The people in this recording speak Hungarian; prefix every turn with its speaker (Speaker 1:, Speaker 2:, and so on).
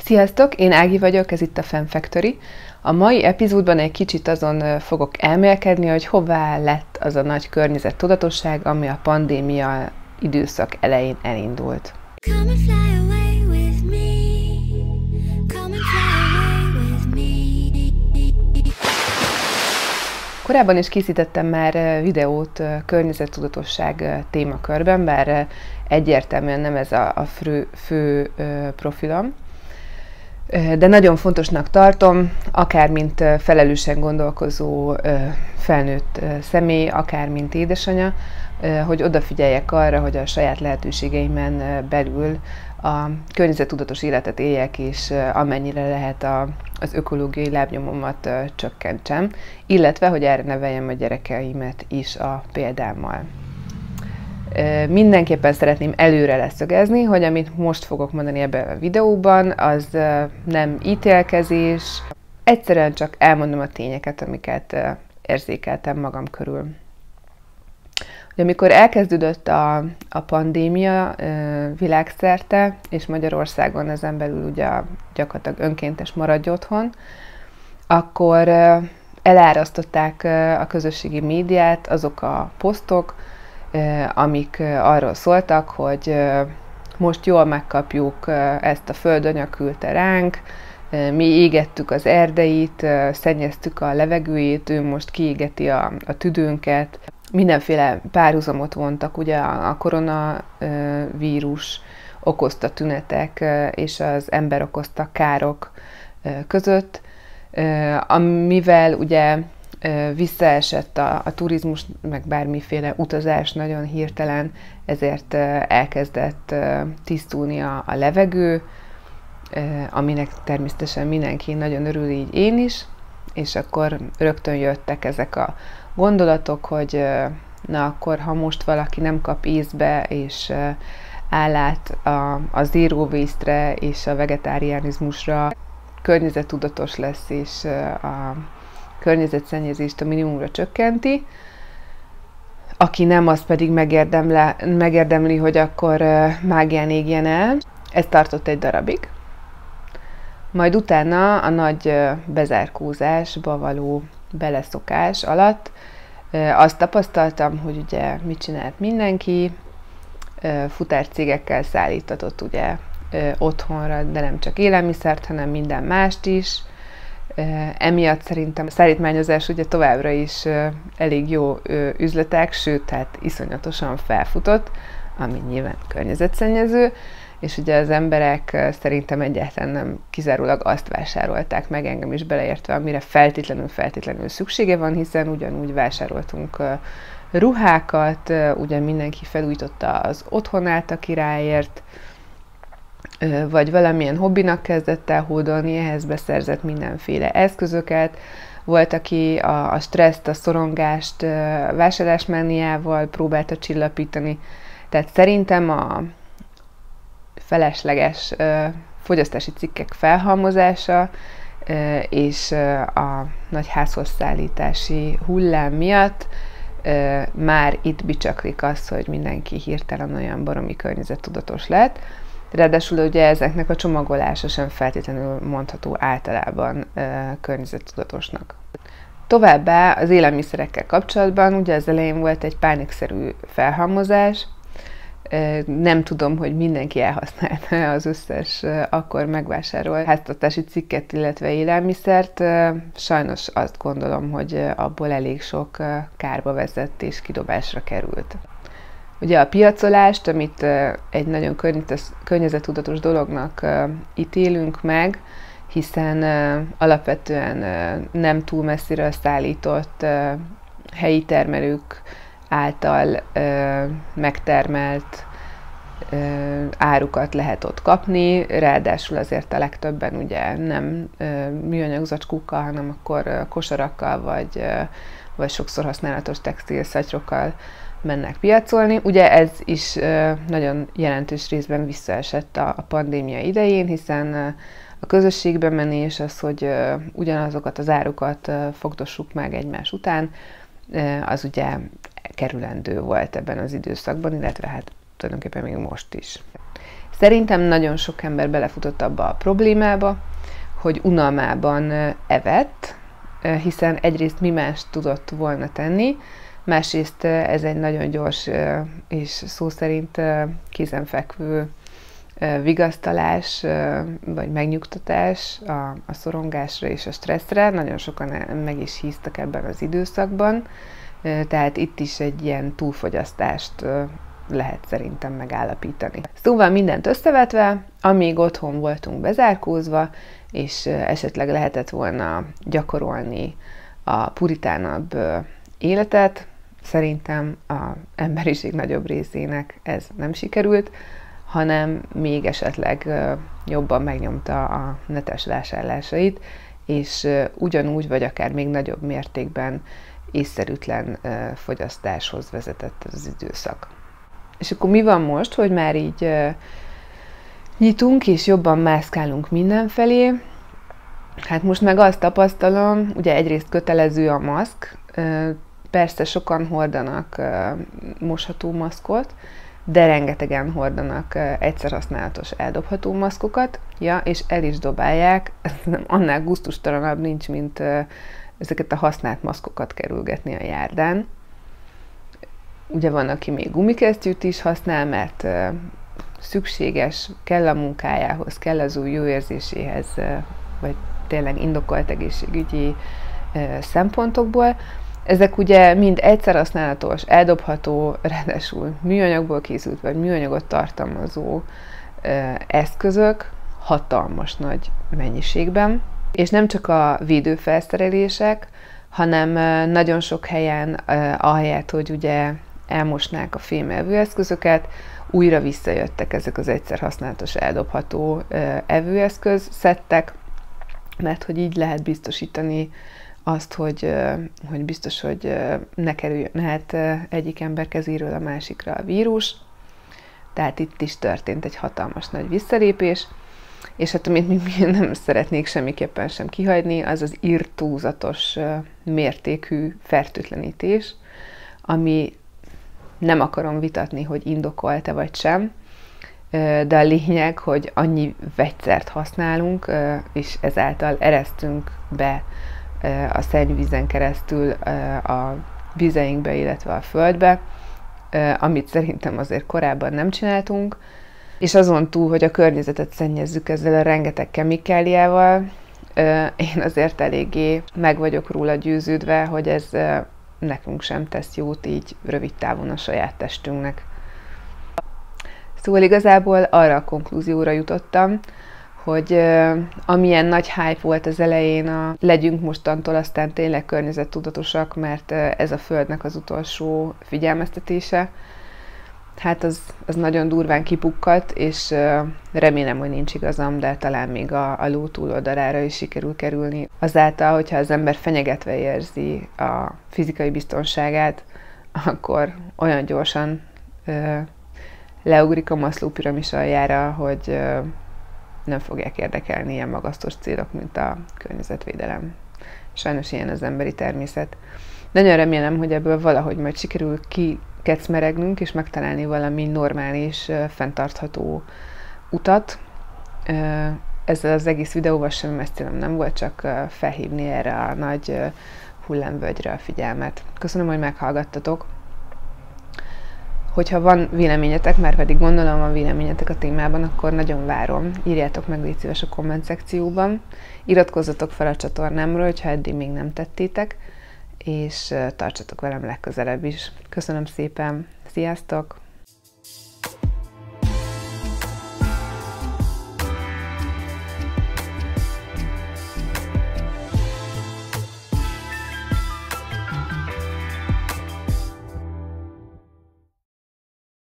Speaker 1: Sziasztok, én Ági vagyok, ez itt a Fan Factory. A mai epizódban egy kicsit azon fogok elmélkedni, hogy hová lett az a nagy környezettudatosság, ami a pandémia időszak elején elindult. Korábban is készítettem már videót környezettudatosság témakörben, bár egyértelműen nem ez a fő profilom. De nagyon fontosnak tartom, akár mint felelősen gondolkozó felnőtt személy, akár mint édesanya, hogy odafigyeljek arra, hogy a saját lehetőségeimen belül a környezettudatos életet éljek, és amennyire lehet az ökológiai lábnyomomat csökkentsem, illetve, hogy erre neveljem a gyerekeimet is a példámmal. Mindenképpen szeretném előre leszögezni, hogy amit most fogok mondani ebben a videóban, az nem ítélkezés, egyszerűen csak elmondom a tényeket, amiket érzékeltem magam körül. Amikor elkezdődött a pandémia világszerte, és Magyarországon ezen belül ugye gyakorlatilag önkéntes maradj otthon, akkor elárasztották a közösségi médiát azok a posztok, amik arról szóltak, hogy most jól megkapjuk ezt a földanya küldte ránk, mi égettük az erdeit, szennyeztük a levegőjét, ő most kiégeti a tüdőnket. Mindenféle párhuzamot vontak ugye a koronavírus okozta tünetek és az ember okozta károk között, amivel ugye visszaesett a turizmus, meg bármiféle utazás nagyon hirtelen, ezért elkezdett tisztulni a levegő, aminek természetesen mindenki nagyon örül, így én is, és akkor rögtön jöttek ezek a gondolatok, hogy na akkor, ha most valaki nem kap ízbe, és áll át a zero waste-re és a vegetáriánizmusra, környezettudatos lesz, és a környezetszennyezést a minimumra csökkenti. Aki nem, az pedig megérdemli, hogy akkor mágián égjen el. Ez tartott egy darabig. Majd utána a nagy bezárkózásba való beleszokás alatt azt tapasztaltam, hogy ugye mit csinált mindenki, futárcégekkel szállítatott ugye otthonra, de nem csak élelmiszert, hanem minden mást is. Emiatt szerintem a szállítmányozás ugye továbbra is elég jó üzletek, sőt, hát iszonyatosan felfutott, ami nyilván környezetszennyező, és ugye az emberek szerintem egyáltalán nem kizárólag azt vásárolták meg, engem is beleértve, amire feltétlenül szüksége van, hiszen ugyanúgy vásároltunk ruhákat, ugye mindenki felújította az otthonát a királyért, vagy valamilyen hobbinak kezdett el hódolni, ehhez beszerzett mindenféle eszközöket. Volt, aki a stresszt, a szorongást vásárlásmániával próbálta csillapítani. Tehát szerintem a felesleges fogyasztási cikkek felhalmozása és a nagy házhozszállítási hullám miatt már itt bicsaklik az, hogy mindenki hirtelen olyan baromi környezettudatos lett. Ráadásul ugye ezeknek a csomagolása sem feltétlenül mondható általában környezettudatosnak. Továbbá az élelmiszerekkel kapcsolatban ugye az elején volt egy pánikszerű felhalmozás. Nem tudom, hogy mindenki elhasználta az összes akkor megvásárolt háztartási cikket, illetve élelmiszert. Sajnos azt gondolom, hogy abból elég sok kárba vezett és kidobásra került. Ugye a piacolást, amit egy nagyon környezettudatos dolognak ítélünk meg, hiszen alapvetően nem túl messziről szállított helyi termelők által megtermelt árukat lehet ott kapni, ráadásul azért a legtöbben ugye nem műanyag zacskókkal, hanem akkor kosarakkal vagy sokszor használatos textilszatyrokkal mennek piacolni. Ugye ez is nagyon jelentős részben visszaesett a pandémia idején, hiszen a közösségbe menés, az, hogy ugyanazokat az árukat fogdossuk meg egymás után, az ugye kerülendő volt ebben az időszakban, illetve hát tulajdonképpen még most is. Szerintem nagyon sok ember belefutott abba a problémába, hogy unalmában evett, hiszen egyrészt mi más tudott volna tenni, másrészt ez egy nagyon gyors és szó szerint kézenfekvő vigasztalás vagy megnyugtatás a szorongásra és a stresszre. Nagyon sokan meg is híztak ebben az időszakban, tehát itt is egy ilyen túlfogyasztást lehet szerintem megállapítani. Szóval mindent összevetve, amíg otthon voltunk bezárkózva, és esetleg lehetett volna gyakorolni a puritánabb életet, szerintem az emberiség nagyobb részének ez nem sikerült, hanem még esetleg jobban megnyomta a netes vásárlásait, és ugyanúgy, vagy akár még nagyobb mértékben észszerűtlen fogyasztáshoz vezetett az időszak. És akkor mi van most, hogy már így nyitunk, és jobban mászkálunk mindenfelé? Hát most meg azt tapasztalom, ugye egyrészt kötelező a maszk, persze sokan hordanak mosható maszkot, de rengetegen hordanak egyszer használatos eldobható maszkokat, és el is dobálják, annál gusztustalanabb nincs, mint ezeket a használt maszkokat kerülgetni a járdán. Ugye van, aki még gumikesztyűt is használ, mert szükséges, kell a munkájához, kell az új jó érzéséhez, vagy tényleg indokolt egészségügyi szempontokból. Ezek ugye mind egyszer használatos, eldobható, ráadásul műanyagból készült, vagy műanyagot tartalmazó eszközök, hatalmas nagy mennyiségben. És nem csak a védőfelszerelések, hanem nagyon sok helyen, ahelyett, hogy ugye elmosnák a fém evőeszközöket, újra visszajöttek ezek az egyszer használatos eldobható evőeszköz szettek, mert hogy így lehet biztosítani azt, hogy biztos, hogy ne kerülhet egyik ember kezéről a másikra a vírus. Tehát itt is történt egy hatalmas nagy visszalépés, és hát amit még nem szeretnék semmiképpen sem kihagyni, az az irtózatos mértékű fertőtlenítés, ami nem akarom vitatni, hogy indokolt-e vagy sem, de a lényeg, hogy annyi vegyszert használunk, és ezáltal eresztünk be a szennyvízen keresztül a vizeinkbe, illetve a földbe, amit szerintem azért korábban nem csináltunk, és azon túl, hogy a környezetet szennyezzük ezzel a rengeteg kemikáliával, én azért eléggé meg vagyok róla győződve, hogy ez nekünk sem tesz jót így rövid távon a saját testünknek. Szóval igazából arra a konklúzióra jutottam, hogy amilyen nagy hype volt az elején, legyünk mostantól aztán tényleg környezettudatosak, mert ez a Földnek az utolsó figyelmeztetése, hát az nagyon durván kipukkadt, és remélem, hogy nincs igazam, de talán még a ló túloldalára is sikerül kerülni. Azáltal, hogyha az ember fenyegetve érzi a fizikai biztonságát, akkor olyan gyorsan leugrik a Maslow piramis aljára, hogy nem fogják érdekelni ilyen magasztos célok, mint a környezetvédelem. Sajnos ilyen az emberi természet. Nagyon remélem, hogy ebből valahogy majd sikerül kikecmeregnünk, és megtalálni valami normális, fenntartható utat. Ezzel az egész videóval semmi más célom nem volt, csak felhívni erre a nagy hullámvölgyre a figyelmet. Köszönöm, hogy meghallgattatok. Hogyha van véleményetek, már pedig gondolom van véleményetek a témában, akkor nagyon várom. Írjátok meg, légy szíves, a komment szekcióban. Iratkozzatok fel a csatornámra, hogyha eddig még nem tettétek, és tartsatok velem legközelebb is. Köszönöm szépen, sziasztok!